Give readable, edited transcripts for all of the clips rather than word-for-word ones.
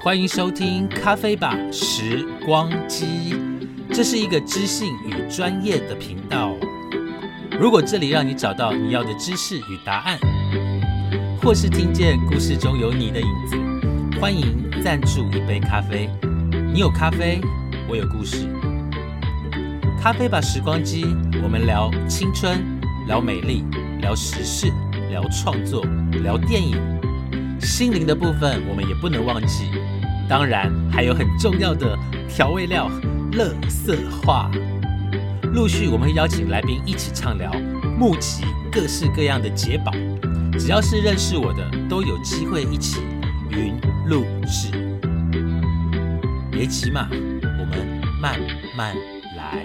欢迎收听咖啡吧时光机，这是一个知性与专业的频道。如果这里让你找到你要的知识与答案，或是听见故事中有你的影子，欢迎赞助一杯咖啡。你有咖啡，我有故事。咖啡吧时光机，我们聊青春，聊美丽，聊时事，聊创作，聊电影。心灵的部分我们也不能忘记，当然还有很重要的调味料垃圾话。陆续我们会邀请来宾一起畅聊，募集各式各样的解宝，只要是认识我的都有机会一起云录制。别急嘛，我们慢慢来。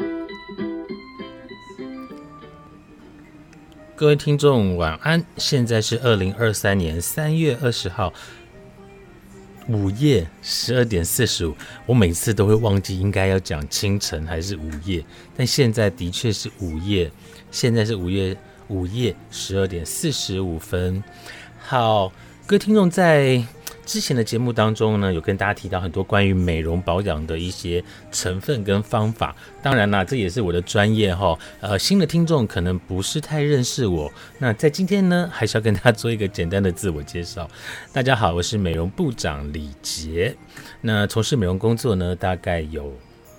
各位听众晚安，现在是2023年3月20号午夜12点45，我每次都会忘记应该要讲清晨还是午夜，但现在的确是午夜，现在是午夜12点45分。好，各位听众，在之前的节目当中呢，有跟大家提到很多关于美容保养的一些成分跟方法。当然啦，这也是我的专业哈。新的听众可能不是太认识我，那在今天呢，还是要跟大家做一个简单的自我介绍。大家好，我是美容部长李杰。那从事美容工作呢，大概有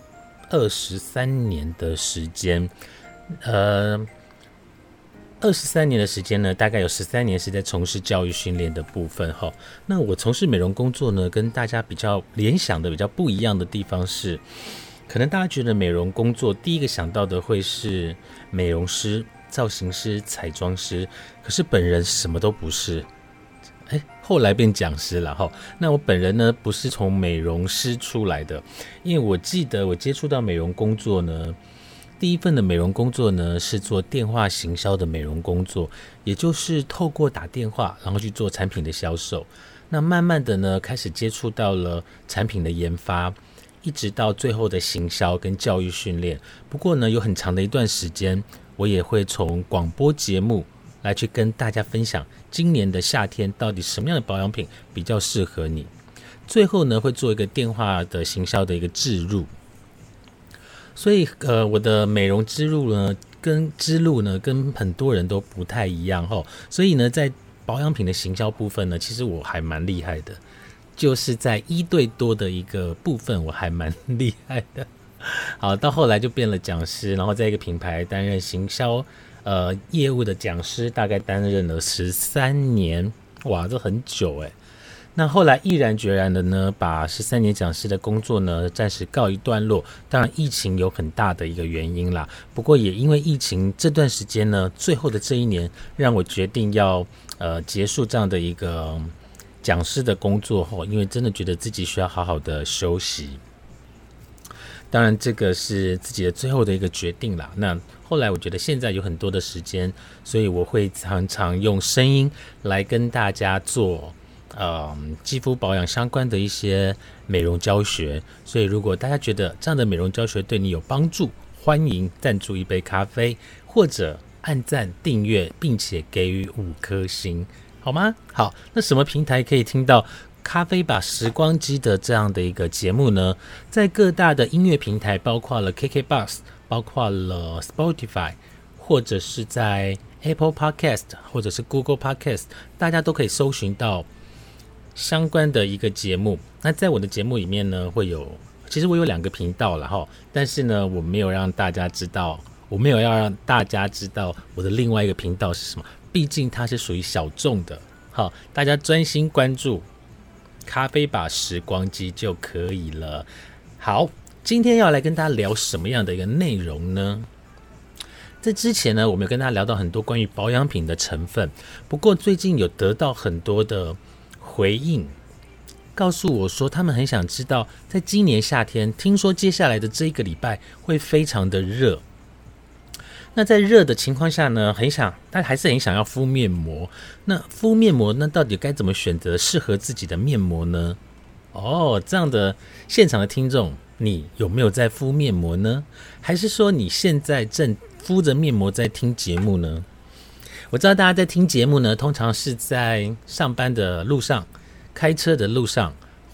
23年的时间。23年的时间呢，大概有13年是在从事教育训练的部分哈。那我从事美容工作呢，跟大家比较联想的比较不一样的地方是，可能大家觉得美容工作第一个想到的会是美容师、造型师、彩妆师，可是本人什么都不是。后来变讲师了哈。那我本人呢，不是从美容师出来的，因为我记得我接触到美容工作呢，第一份的美容工作呢，是做电话行销的美容工作，也就是透过打电话，然后去做产品的销售。那慢慢的呢，开始接触到了产品的研发，一直到最后的行销跟教育训练。不过呢，有很长的一段时间，我也会从广播节目来去跟大家分享，今年的夏天到底什么样的保养品比较适合你。最后呢，会做一个电话的行销的一个置入。所以我的美容之路呢，跟很多人都不太一样齁。所以呢，在保养品的行销部分呢，其实我还蛮厉害的，就是在1对多的一个部分，我还蛮厉害的。好，到后来就变了讲师，然后在一个品牌担任行销业务的讲师，大概担任了13年，哇，这很久欸。那后来毅然决然的呢，把13年讲师的工作呢暂时告一段落。当然疫情有很大的一个原因啦，不过也因为疫情这段时间呢，最后的这一年让我决定要结束这样的一个讲师的工作后，因为真的觉得自己需要好好的休息。当然这个是自己的最后的一个决定啦。那后来我觉得现在有很多的时间，所以我会常常用声音来跟大家做肌肤保养相关的一些美容教学。所以如果大家觉得这样的美容教学对你有帮助，欢迎赞助一杯咖啡，或者按赞订阅，并且给予5颗星，好吗？好，那什么平台可以听到咖啡吧时光机的这样的一个节目呢？在各大的音乐平台，包括了 KKBOX， 包括了 Spotify， 或者是在 Apple Podcast 或者是 Google Podcast， 大家都可以搜寻到相关的一个节目。那在我的节目里面呢，其实我有2个频道了齁，但是呢，我没有要让大家知道我的另外一个频道是什么，毕竟它是属于小众的。好，大家专心关注咖啡吧时光机就可以了。好，今天要来跟大家聊什么样的一个内容呢？在之前呢，我们有跟大家聊到很多关于保养品的成分，不过最近有得到很多的回应，告诉我说他们很想知道，在今年夏天，听说接下来的这一个礼拜会非常的热。那在热的情况下呢，大家还是很想要敷面膜。那敷面膜，那到底该怎么选择适合自己的面膜呢？这样的现场的听众，你有没有在敷面膜呢？还是说你现在正敷着面膜在听节目呢？我知道大家在听节目呢，通常是在上班的路上、开车的路上，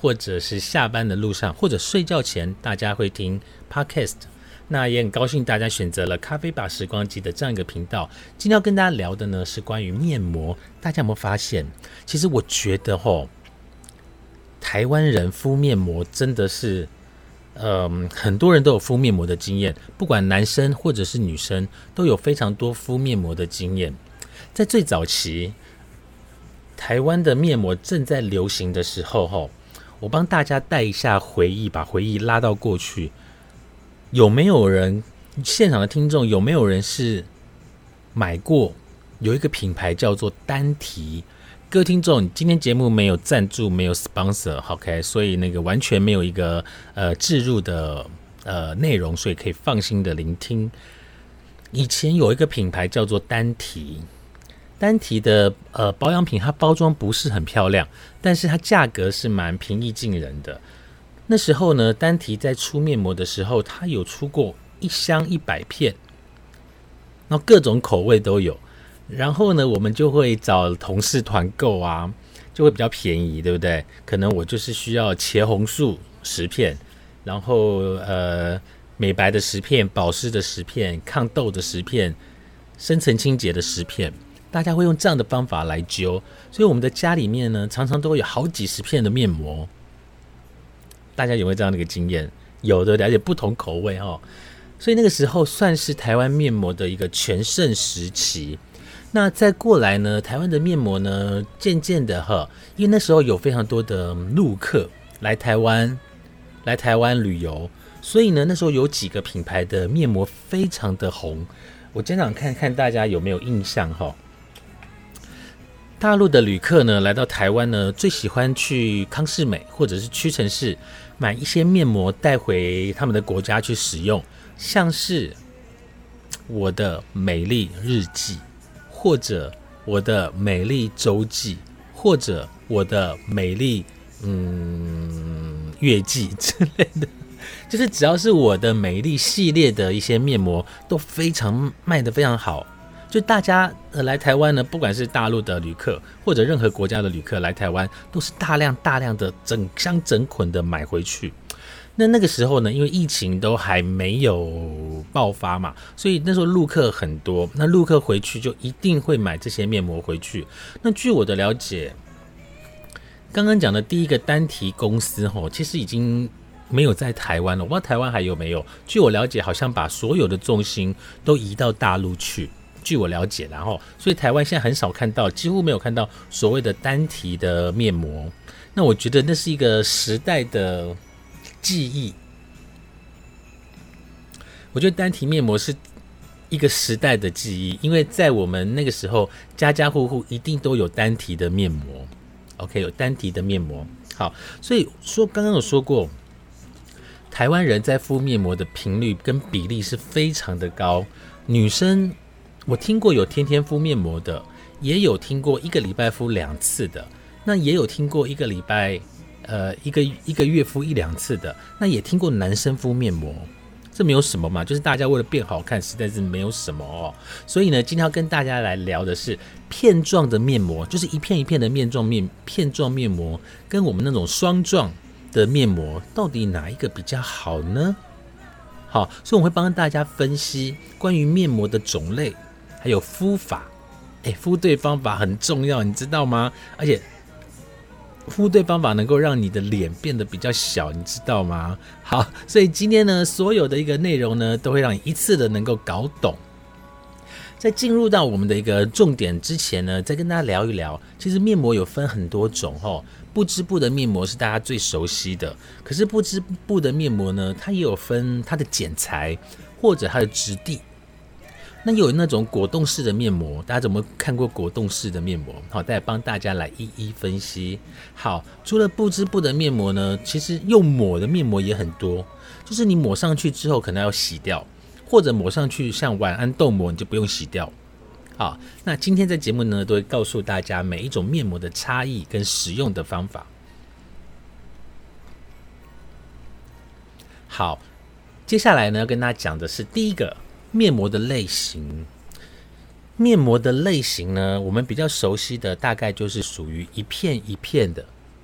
或者是下班的路上，或者睡觉前，大家会听 Podcast。那也很高兴大家选择了咖啡吧时光机的这样一个频道。今天要跟大家聊的呢是关于面膜。大家有没有发现，其实我觉得台湾人敷面膜真的是很多人都有敷面膜的经验，不管男生或者是女生都有非常多敷面膜的经验。在最早期台湾的面膜正在流行的时候，我帮大家带一下回忆，把回忆拉到过去。有没有人现场的听众有没有人是买过有一个品牌叫做丹提？各位听众，今天节目没有赞助，没有 sponsor， OK， 所以完全没有一个置入的内容，所以可以放心的聆听。以前有一个品牌叫做丹提，丹提的保养品，它包装不是很漂亮，但是它价格是蛮平易近人的。那时候呢，丹提在出面膜的时候，它有出过1箱100片，然后各种口味都有。然后呢，我们就会找同事团购啊，就会比较便宜，对不对？可能我就是需要茄红素10片，然后美白的10片，保湿的10片，抗痘的10片，深层清洁的10片。大家会用这样的方法来揪，所以我们的家里面呢，常常都会有好几十片的面膜。大家有没有这样的一个经验？有的，而且不同口味所以那个时候算是台湾面膜的一个全盛时期。那再过来呢，台湾的面膜呢，渐渐的因为那时候有非常多的陆客来台湾旅游，所以呢，那时候有几个品牌的面膜非常的红。我讲讲看看大家有没有印象大陆的旅客呢，来到台湾呢，最喜欢去康是美或者是屈臣氏买一些面膜带回他们的国家去使用，像是我的美丽日记，或者我的美丽周记，或者我的美丽月季之类的，就是只要是我的美丽系列的一些面膜都非常卖得非常好。就大家来台湾呢，不管是大陆的旅客或者任何国家的旅客来台湾，都是大量的整箱整捆的买回去。那个时候呢，因为疫情都还没有爆发嘛，所以那时候陆客很多，那陆客回去就一定会买这些面膜回去。那据我的了解，刚刚讲的第一个丹提公司其实已经没有在台湾了，我不知道台湾还有没有。据我了解，好像把所有的重心都移到大陆去。据我了解，所以台湾现在很少看到，几乎没有看到所谓的丹提的面膜。那我觉得那是一个时代的记忆。我觉得丹提面膜是一个时代的记忆，因为在我们那个时候，家家户户一定都有丹提的面膜。OK， 有丹提的面膜。好，所以刚刚有说过，台湾人在敷面膜的频率跟比例是非常的高。女生我听过有天天敷面膜的，也有听过1个礼拜敷2次的，那也有听过1个礼拜一个月敷1-2次的，那也听过男生敷面膜。这没有什么嘛，就是大家为了变好看，实在是没有什么所以呢，今天要跟大家来聊的是片状的面膜，就是一片一片的片状面膜，跟我们那种霜状的面膜，到底哪一个比较好呢？好，所以我会帮大家分析关于面膜的种类，还有敷法。敷对方法很重要，你知道吗？而且敷对方法能够让你的脸变得比较小，你知道吗？好，所以今天呢，所有的一个内容呢，都会让你一次的能够搞懂。在进入到我们的一个重点之前呢，再跟大家聊一聊，其实面膜有分很多种不织布的面膜是大家最熟悉的，可是不织布的面膜呢，它也有分它的剪裁或者它的质地。那有那种果冻式的面膜，大家有没有看过果冻式的面膜？好，再帮大家来一一分析。好，除了不织布的面膜呢，其实用抹的面膜也很多，就是你抹上去之后可能要洗掉，或者抹上去像晚安豆膜你就不用洗掉。好，那今天在节目呢，都会告诉大家每一种面膜的差异跟使用的方法。好，接下来呢，要跟大家讲的是第一个面膜的类型。面膜的类型呢，我们比较熟悉的大概就是属于一片一片的，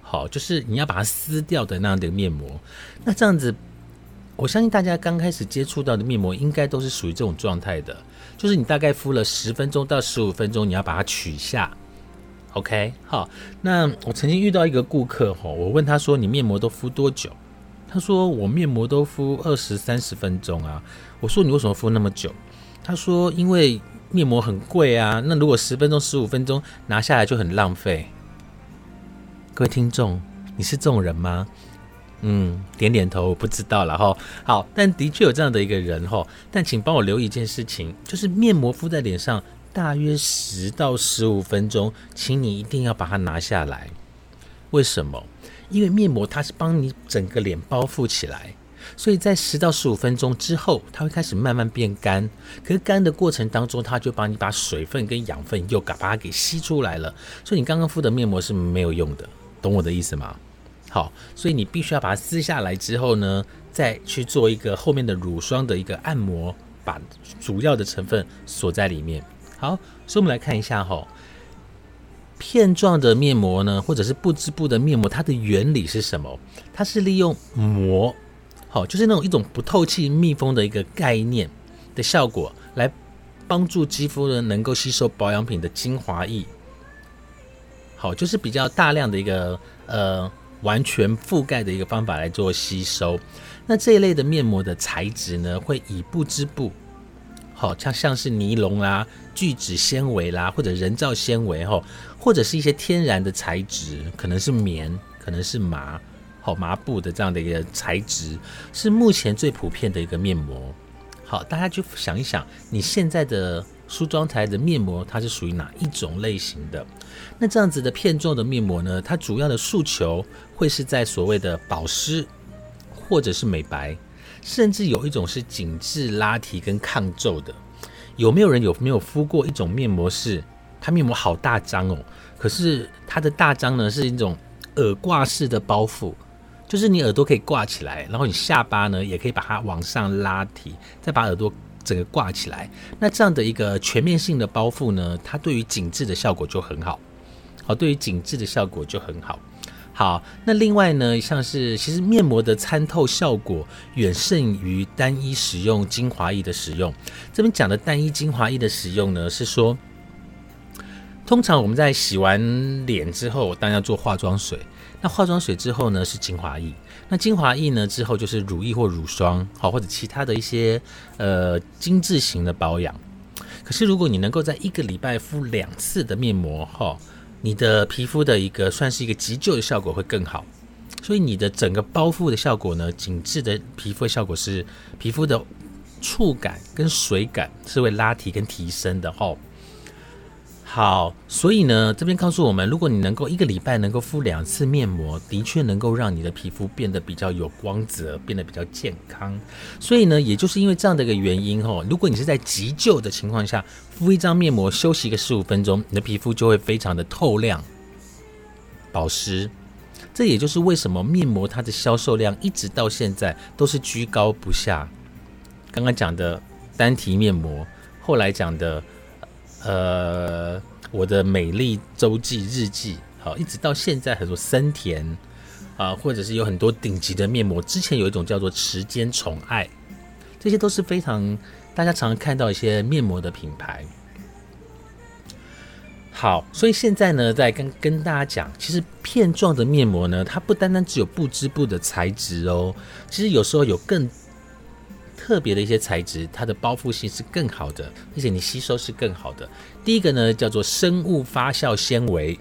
好，就是你要把它撕掉的那样的面膜。那这样子，我相信大家刚开始接触到的面膜应该都是属于这种状态的，就是你大概敷了10分钟到15分钟，你要把它取下。OK， 好，那我曾经遇到一个顾客，我问他说：“你面膜都敷多久？”他说：“我面膜都敷20-30分钟啊。”我说：“你为什么敷那么久？”他说：“因为面膜很贵啊，那如果10分钟、15分钟拿下来就很浪费。”各位听众，你是这种人吗？点点头，我不知道了哈。好，但的确有这样的一个人哈。但请帮我留意一件事情，就是面膜敷在脸上大约10到15分钟，请你一定要把它拿下来。为什么？因为面膜它是帮你整个脸包覆起来，所以在10到15分钟之后，它会开始慢慢变干。可是干的过程当中，它就帮你把水分跟养分又把它给吸出来了，所以你刚刚敷的面膜是没有用的，懂我的意思吗？好，所以你必须要把它撕下来之后呢，再去做一个后面的乳霜的一个按摩，把主要的成分锁在里面。好，所以我们来看一下片状的面膜呢，或者是不织布的面膜，它的原理是什么？它是利用膜，就是那种一种不透气密封的一个概念的效果，来帮助肌肤呢能够吸收保养品的精华液。好，就是比较大量的一个完全覆盖的一个方法来做吸收。那这一类的面膜的材质呢，会以不织布，像是尼龙啦、聚酯纤维啦，或者人造纤维，或者是一些天然的材质，可能是棉，可能是麻布的这样的一个材质，是目前最普遍的一个面膜。好，大家就想一想，你现在的梳妆台的面膜，它是属于哪一种类型的？那这样子的片状的面膜呢，它主要的诉求会是在所谓的保湿，或者是美白，甚至有一种是紧致拉提跟抗皱的。有没有人有没有敷过一种面膜是它面膜好大张哦，可是它的大张呢是一种耳挂式的包覆，就是你耳朵可以挂起来，然后你下巴呢也可以把它往上拉提，再把耳朵整个挂起来。那这样的一个全面性的包覆呢，它对于紧致的效果就很好。对于紧致的效果就很好。好，那另外呢，像是其实面膜的参透效果远胜于单一使用精华液的使用。这边讲的单一精华液的使用呢，是说通常我们在洗完脸之后，当然要做化妆水。那化妆水之后呢是精华液，那精华液呢之后就是乳液或乳霜，或者其他的一些精致型的保养。可是如果你能够在1个礼拜敷2次的面膜，你的皮肤的一个算是一个急救的效果会更好，所以你的整个包覆的效果呢，紧致的皮肤的效果是皮肤的触感跟水感是会拉提跟提升的。好，所以呢这边告诉我们，如果你能够1个礼拜能够敷2次面膜，的确能够让你的皮肤变得比较有光泽，变得比较健康。所以呢也就是因为这样的一个原因，如果你是在急救的情况下敷一张面膜，休息个15分钟，你的皮肤就会非常的透亮保湿。这也就是为什么面膜它的销售量一直到现在都是居高不下。刚刚讲的单提面膜，后来讲的我的美丽周记日记，一直到现在很多森田或者是有很多顶级的面膜，之前有一种叫做时间宠爱，这些都是非常大家常常看到一些面膜的品牌。好，所以现在呢在跟大家讲，其实片状的面膜呢，它不单单只有不织布的材质哦，其实有时候有更特别的一些材质，它的包覆性是更好的，而且你吸收是更好的。第一个呢叫做生物发酵纤维。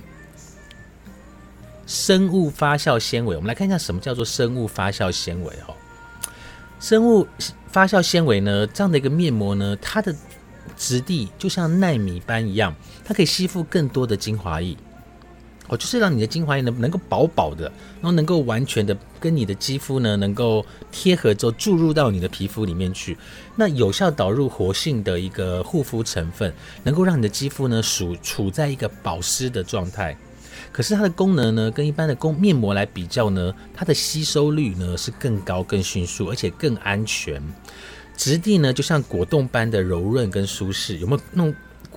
生物发酵纤维，我们来看一下什么叫做生物发酵纤维。生物发酵纤维呢，这样的一个面膜呢，它的质地就像奈米般一样，它可以吸附更多的精华液。就是让你的精华液能够饱饱的，然后能够完全的跟你的肌肤呢能够贴合之后注入到你的皮肤里面去，那有效导入活性的一个护肤成分，能够让你的肌肤呢处在一个保湿的状态。可是它的功能呢跟一般的面膜来比较呢，它的吸收率呢是更高更迅速，而且更安全。质地呢就像果冻般的柔润跟舒适，有没有那种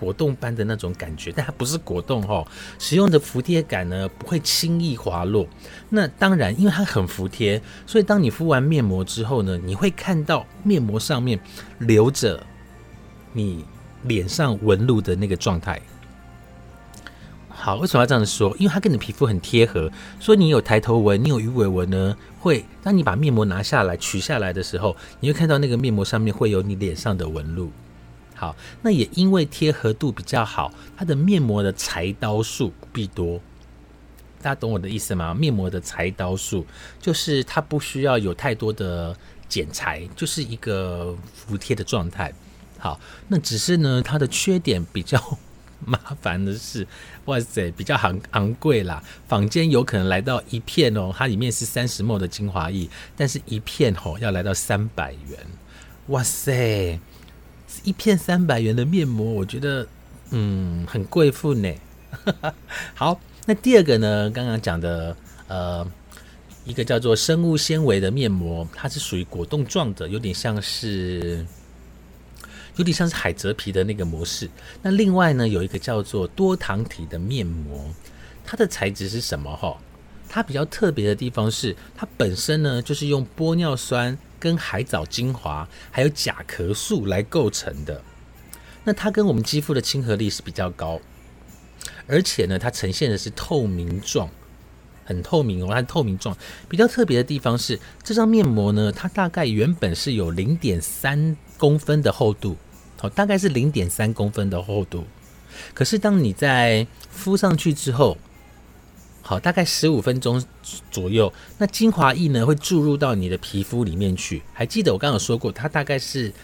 果冻般的那种感觉，但它不是果冻哦。使用的服帖感呢不会轻易滑落。那当然，因为它很服帖，所以当你敷完面膜之后呢，你会看到面膜上面留着你脸上纹路的那个状态。好，为什么要这样说？因为它跟你的皮肤很贴合，所以你有抬头纹，你有鱼尾纹呢，会当你把面膜拿下来取下来的时候，你会看到那个面膜上面会有你脸上的纹路。好，那也因为贴合度比较好，它的面膜的裁刀数不必多。大家懂我的意思吗？面膜的裁刀数就是它不需要有太多的剪裁，就是一个服帖的状态。好，那只是呢，它的缺点比较麻烦的是，哇塞，比较昂贵啦。坊间有可能来到一片哦，它里面是30ml 的精华液，但是一片哦要来到300元。哇塞，一片300元的面膜，我觉得很贵妇呢。好，那第二个呢，刚刚讲的一个叫做生物纤维的面膜，它是属于果冻状的，有点像是海蜇皮的那个模式。那另外呢，有一个叫做多糖体的面膜，它的材质是什么？它比较特别的地方是，它本身呢就是用玻尿酸跟海藻精华还有甲壳素来构成的。那它跟我们肌肤的亲和力是比较高，而且呢，它呈现的是透明状，很透明哦，它是透明状。比较特别的地方是，这张面膜呢，它大概原本是有0.3公分的厚度，大概是0.3公分的厚度。可是当你在敷上去之后，好，大概15分钟左右，那精华液呢会注入到你的皮肤里面去。还记得我刚刚有说过，它大概是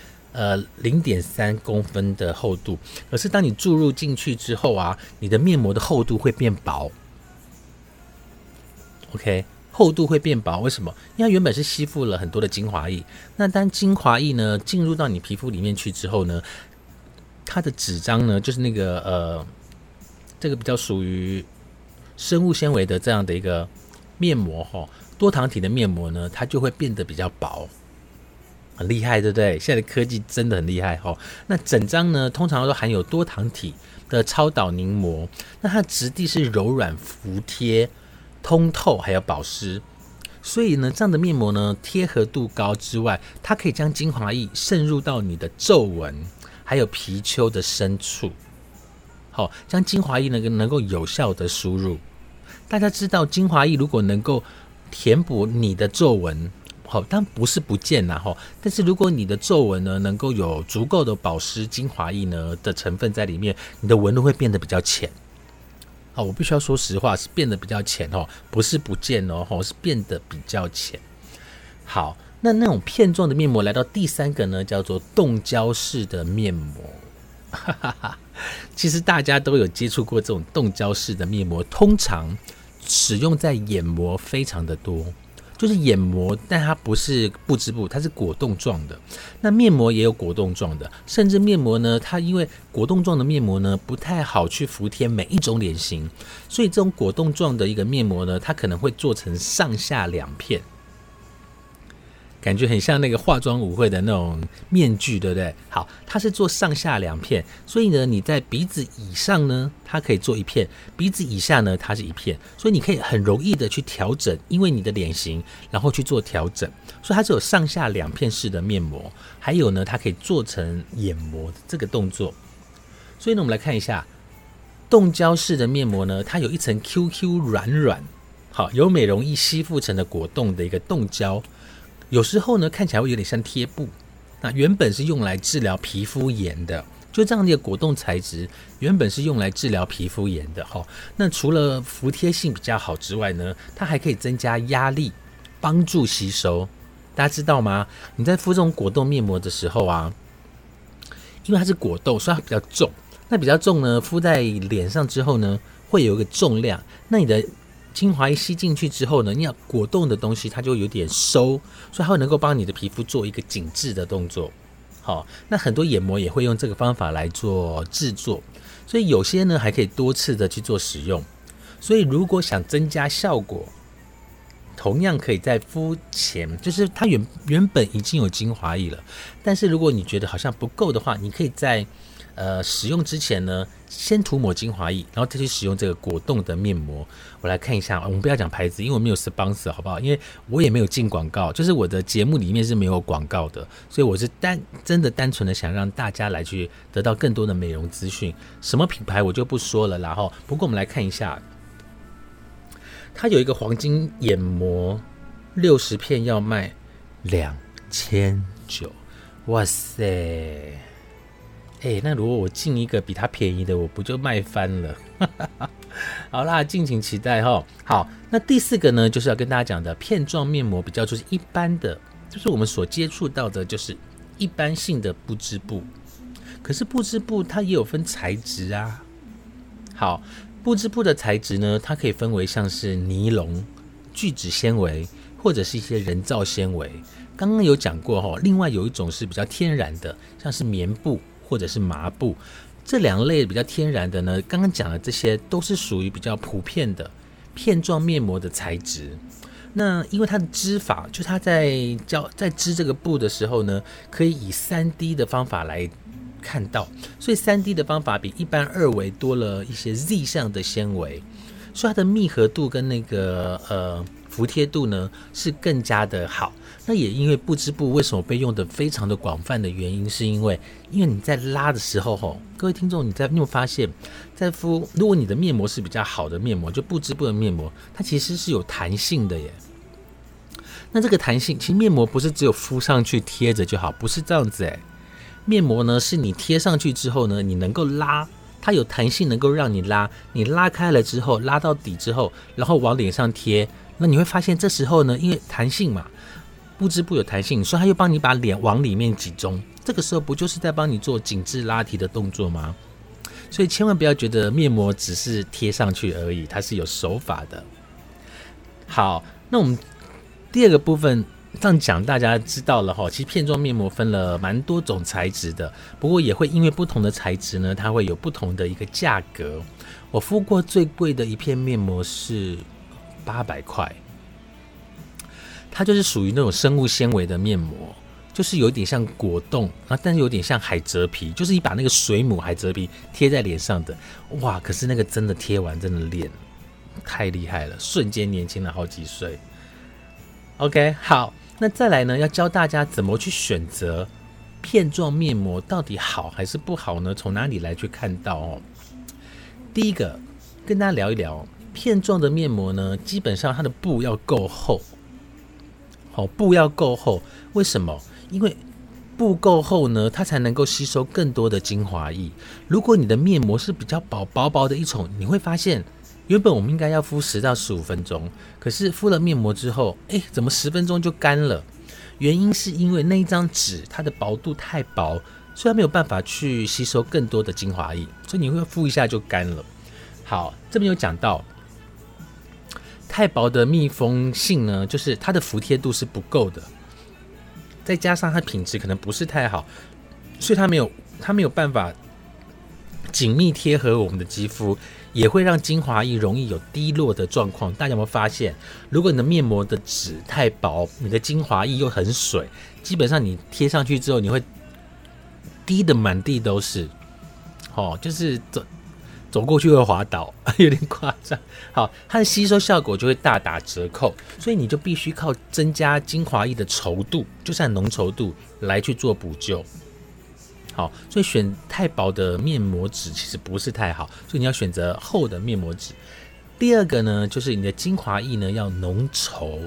0.3公分的厚度。可是当你注入进去之后啊，你的面膜的厚度会变薄。OK， 厚度会变薄，为什么？因为它原本是吸附了很多的精华液。那当精华液呢进入到你皮肤里面去之后呢，它的纸张呢，就是那个这个比较属于生物纤维的这样的一个面膜多糖体的面膜呢，它就会变得比较薄，很厉害，对不对？现在的科技真的很厉害那整张呢，通常都含有多糖体的超导凝膜，那它的质地是柔软服帖、通透还有保湿。所以呢，这样的面膜呢，贴合度高之外，它可以将精华液渗入到你的皱纹还有皮丘的深处。好，将精华液能够有效的输入。大家知道，精华液如果能够填补你的皱纹，好，但不是不见啦但是如果你的皱纹呢能够有足够的保湿精华液呢的成分在里面，你的纹路会变得比较浅。好，我必须要说实话，是变得比较浅不是不见是变得比较浅。好，那种片状的面膜来到第三个呢，叫做冻胶式的面膜。其实大家都有接触过这种冻胶式的面膜，通常使用在眼膜非常的多，就是眼膜，但它不是不织布，它是果冻状的。那面膜也有果冻状的，甚至面膜呢，它因为果冻状的面膜呢不太好去服帖每一种脸型，所以这种果冻状的一个面膜呢，它可能会做成上下2片。感觉很像那个化妆舞会的那种面具，对不对？好，它是做上下2片，所以呢，你在鼻子以上呢，它可以做1片；鼻子以下呢，它是1片，所以你可以很容易的去调整，因为你的脸型，然后去做调整。所以它是有上下2片式的面膜，还有呢，它可以做成眼膜的这个动作。所以呢，我们来看一下冻胶式的面膜呢，它有一层 QQ 软软，好，由美容液吸附成的果冻的一个冻胶。有时候呢，看起来会有点像贴布。那原本是用来治疗皮肤炎的，就这样的果冻材质，原本是用来治疗皮肤炎的那除了服帖性比较好之外呢，它还可以增加压力，帮助吸收。大家知道吗？你在敷这种果冻面膜的时候啊，因为它是果冻，所以它比较重。那比较重呢，敷在脸上之后呢，会有一个重量。那你的精华一吸进去之后呢，你要果冻的东西它就有点收，所以它会能够帮你的皮肤做一个紧致的动作。好，那很多眼膜也会用这个方法来做制作，所以有些呢还可以多次的去做使用。所以如果想增加效果，同样可以在敷前，就是它原本已经有精华液了，但是如果你觉得好像不够的话，你可以在使用之前呢，先涂抹精华液，然后再去使用这个果冻的面膜。我来看一下，我们不要讲牌子，因为我没有 sponsor， 好不好？因为我也没有进广告，就是我的节目里面是没有广告的，所以我是真的单纯的想让大家来去得到更多的美容资讯。什么品牌我就不说了啦，不过我们来看一下，它有一个黄金眼膜，60片要卖2900，哇塞！那如果我进一个比它便宜的，我不就卖翻了？好啦，敬请期待齁。好，那第4个呢，就是要跟大家讲的片状面膜，比较就是一般的，就是我们所接触到的，就是一般性的不织布。可是不织布它也有分材质啊。好，不织布的材质呢，它可以分为像是尼龙、聚酯纤维，或者是一些人造纤维。刚刚有讲过齁，另外有一种是比较天然的，像是棉布或者是麻布。这2类比较天然的呢，刚刚讲的这些都是属于比较普遍的片状面膜的材质。那因为它的织法，就它在织这个布的时候呢，可以以 3D 的方法来看到，所以 3D 的方法比一般2维多了一些 Z 项的纤维，所以它的密合度跟那个服帖度呢是更加的好。那也因为不织布为什么被用的非常的广泛的原因，是因为你在拉的时候各位听众，你有没有发现，如果你的面膜是比较好的面膜，就不织布的面膜，它其实是有弹性的耶。那这个弹性，其实面膜不是只有敷上去贴着就好，不是这样子耶。面膜呢，是你贴上去之后呢，你能够拉，它有弹性能够让你拉，你拉开了之后，拉到底之后，然后往脸上贴，那你会发现这时候呢，因为弹性嘛，不织布有弹性，所以它又帮你把脸往里面集中，这个时候不就是在帮你做紧致拉提的动作吗？所以千万不要觉得面膜只是贴上去而已，它是有手法的。好，那我们第2个部分这样讲，大家知道了其实片状面膜分了蛮多种材质的，不过也会因为不同的材质呢，它会有不同的一个价格。我敷过最贵的一片面膜是800块，它就是属于那种生物纤维的面膜，就是有点像果冻，但是有点像海蜇皮，就是你把那个水母海蜇皮贴在脸上的。哇，可是那个真的贴完真的脸太厉害了，瞬间年轻了好几岁。OK， 好，那再来呢，要教大家怎么去选择片状面膜到底好还是不好呢？从哪里来去看到第一个，跟大家聊一聊片状的面膜呢，基本上它的布要够厚。布要够厚，为什么？因为布够厚呢，它才能够吸收更多的精华液。如果你的面膜是比较薄薄的一层，你会发现原本我们应该要敷10到15分钟，可是敷了面膜之后，怎么10分钟就干了？原因是因为那一张纸它的薄度太薄，所以它没有办法去吸收更多的精华液，所以你会敷一下就干了。好，这边有讲到太薄的密封性呢，就是它的服帖度是不够的，再加上它品质可能不是太好，所以它没有办法紧密贴合我们的肌肤，也会让精华液容易有滴落的状况。大家有没有发现，如果你的面膜的纸太薄，你的精华液又很水，基本上你贴上去之后，你会滴得满地都是，就是走过去会滑倒，有点夸张。好，它的吸收效果就会大打折扣，所以你就必须靠增加精华液的稠度，就是浓稠度来去做补救。好，所以选太薄的面膜纸其实不是太好，所以你要选择厚的面膜纸。第2个呢，就是你的精华液呢要浓稠。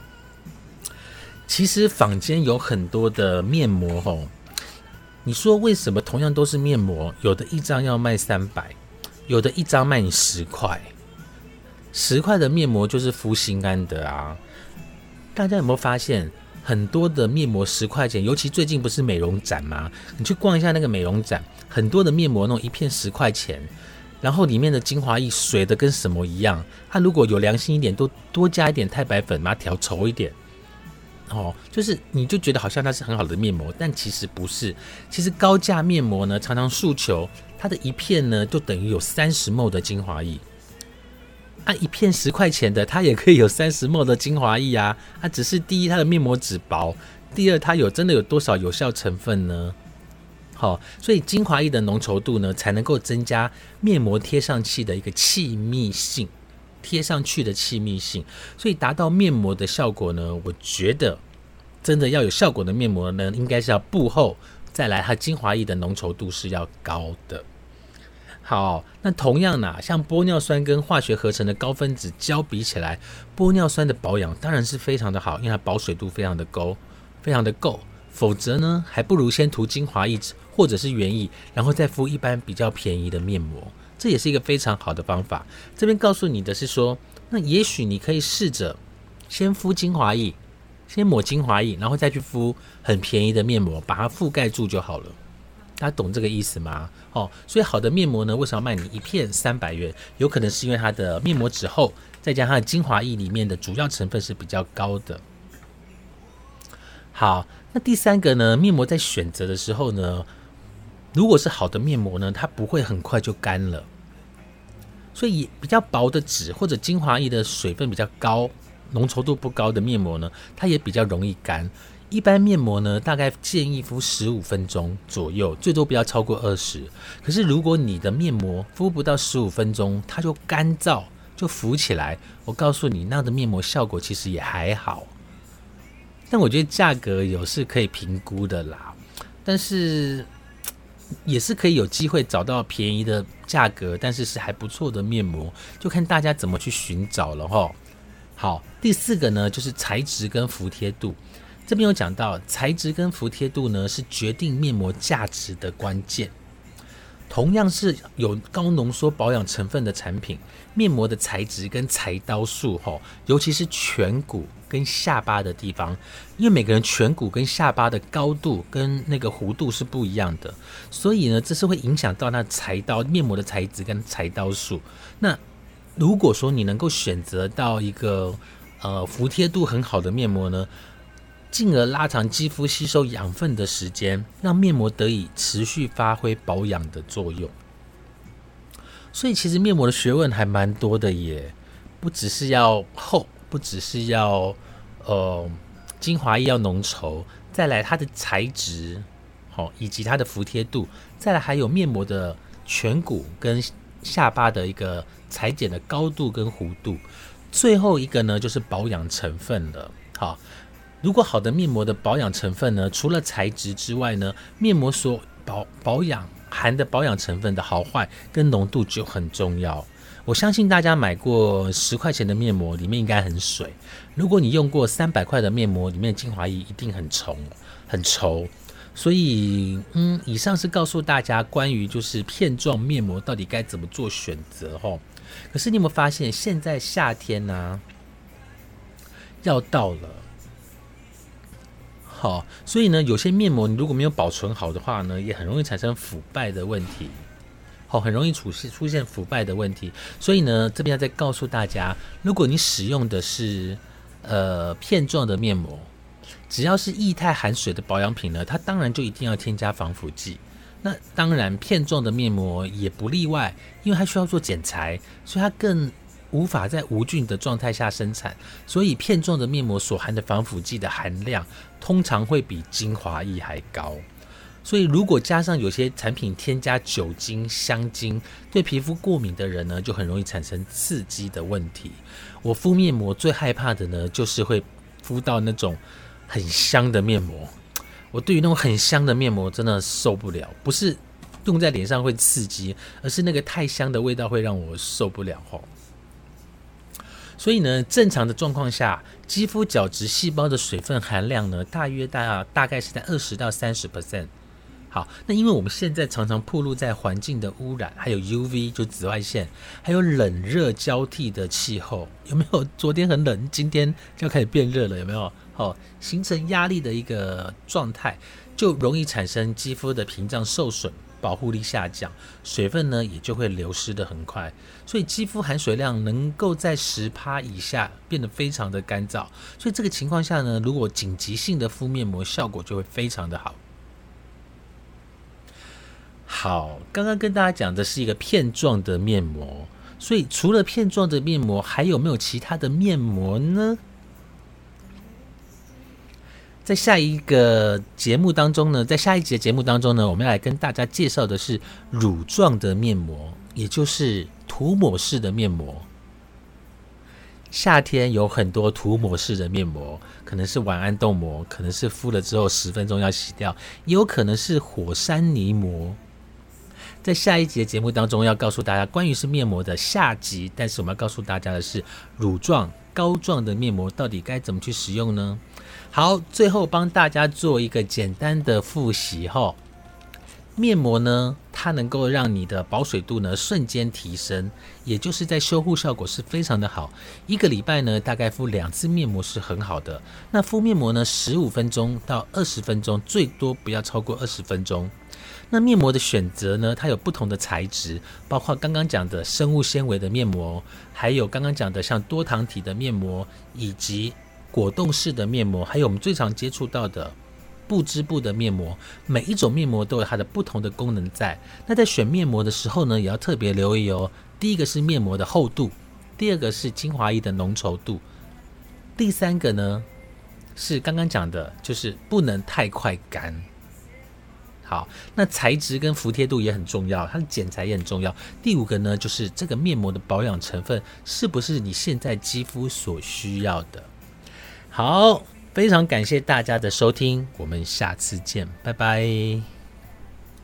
其实坊间有很多的面膜你说为什么同样都是面膜，有的一张要卖300，有的一张卖你10块，10块的面膜就是敷心安的啊。大家有没有发现，很多的面膜10块钱，尤其最近不是美容展吗？你去逛一下那个美容展，很多的面膜那种一片10块钱，然后里面的精华液水的跟什么一样。它如果有良心一点，多加一点太白粉，把它调稠一点。就是你就觉得好像它是很好的面膜，但其实不是。其实高价面膜呢，常常诉求它的一片呢，就等于有30ml 的精华液。一片10块钱的，它也可以有30ml 的精华液啊。只是第一，它的面膜纸薄；第二，它真的有多少有效成分呢？ 好，所以精华液的浓稠度呢，才能够增加面膜贴上去的一个气密性，所以达到面膜的效果呢，我觉得真的要有效果的面膜呢，应该是要布后再来，它精华液的浓稠度是要高的。好，那同样呢，像玻尿酸跟化学合成的高分子胶比起来，玻尿酸的保养当然是非常的好，因为它保水度非常的够，否则呢，还不如先涂精华液或者是原液，然后再敷一般比较便宜的面膜，这也是一个非常好的方法。这边告诉你的是说，那也许你可以试着先敷精华液，先抹精华液，然后再去敷很便宜的面膜，把它覆盖住就好了。大家懂这个意思吗？所以好的面膜呢，为什么要卖你一片300元？有可能是因为它的面膜纸厚，再加上它的精华液里面的主要成分是比较高的。好，那第三个呢，面膜在选择的时候呢，如果是好的面膜呢，它不会很快就干了，所以比较薄的纸或者精华液的水分比较高、浓稠度不高的面膜呢，它也比较容易干。一般面膜呢，大概建议敷15分钟左右，最多不要超过20。可是如果你的面膜敷不到15分钟，它就干燥，就浮起来，我告诉你，那样的面膜效果其实也还好。但我觉得价格有是可以评估的啦，但是也是可以有机会找到便宜的价格，但是是还不错的面膜，就看大家怎么去寻找了齁。好，第4个呢，就是材质跟服帖度。这边有讲到，材质跟服帖度呢，是决定面膜价值的关键。同样是有高浓缩保养成分的产品，面膜的材质跟裁刀数，尤其是颧骨跟下巴的地方，因为每个人颧骨跟下巴的高度跟那个弧度是不一样的，所以呢，这是会影响到那裁刀面膜的材质跟裁刀数。那如果说你能够选择到一个服帖度很好的面膜呢，进而拉长肌肤吸收养分的时间，让面膜得以持续发挥保养的作用。所以其实面膜的学问还蛮多的耶，不只是要厚，不只是要精华液要浓稠，再来它的材质，以及它的服帖度，再来还有面膜的颧骨跟下巴的一个裁剪的高度跟弧度，最后一个呢就是保养成分了。好，如果好的面膜的保养成分呢，除了材质之外呢，面膜所保养含的保养成分的好坏跟浓度就很重要。我相信大家买过10块钱的面膜，里面应该很水。如果你用过300块的面膜，里面的精华液一定很稠。所以，以上是告诉大家关于就是片状面膜到底该怎么做选择齁。可是你有没有发现，现在夏天啊要到了，好，所以呢，有些面膜你如果没有保存好的话呢，也很容易产生腐败的问题。很容易出现腐败的问题。所以呢，这边要再告诉大家，如果你使用的是片状的面膜，只要是液态含水的保养品呢，它当然就一定要添加防腐剂。那当然片状的面膜也不例外，因为它需要做剪裁，所以它更无法在无菌的状态下生产，所以片状的面膜所含的防腐剂的含量通常会比精华液还高。所以如果加上有些产品添加酒精、香精，对皮肤过敏的人呢，就很容易产生刺激的问题。我敷面膜最害怕的呢，就是会敷到那种很香的面膜。我对于那种很香的面膜真的受不了，不是用在脸上会刺激，而是那个太香的味道会让我受不了。所以呢，正常的状况下，肌肤角质细胞的水分含量呢，大概是在20到30%。好，那因为我们现在常常暴露在环境的污染，还有 UV 就紫外线，还有冷热交替的气候，有没有？昨天很冷，今天就要开始变热了，有没有？形成压力的一个状态，就容易产生肌肤的屏障受损，保护力下降，水分呢也就会流失的很快，所以肌肤含水量能够在10%以下，变得非常的干燥。所以这个情况下呢，如果紧急性的敷面膜，效果就会非常的好。好，刚刚跟大家讲的是一个片状的面膜，所以除了片状的面膜，还有没有其他的面膜呢？ 在下一个节目当中呢，在下一集的节目当中呢，我们要来跟大家介绍的是乳状的面膜，也就是涂抹式的面膜。夏天有很多涂抹式的面膜，可能是晚安冻膜，可能是敷了之后10分钟要洗掉，也有可能是火山泥膜。在下一集的节目当中要告诉大家关于是面膜的下集，但是我们要告诉大家的是乳状、膏状的面膜到底该怎么去使用呢？好，最后帮大家做一个简单的复习后，面膜呢，它能够让你的保水度呢瞬间提升，也就是在修护效果是非常的好。一个礼拜呢，大概敷2次面膜是很好的。那敷面膜呢，15分钟到20分钟，最多不要超过20分钟。那面膜的选择呢，它有不同的材质，包括刚刚讲的生物纤维的面膜，还有刚刚讲的像多糖体的面膜，以及果冻式的面膜，还有我们最常接触到的不织布的面膜。每一种面膜都有它的不同的功能在。那在选面膜的时候呢，也要特别留意哦。第一个是面膜的厚度，第二个是精华液的浓稠度，第三个呢是刚刚讲的，就是不能太快干。好，那材质跟服帖度也很重要，它的剪裁也很重要。第5个呢，就是这个面膜的保养成分是不是你现在肌肤所需要的。好，非常感谢大家的收听，我们下次见，拜拜。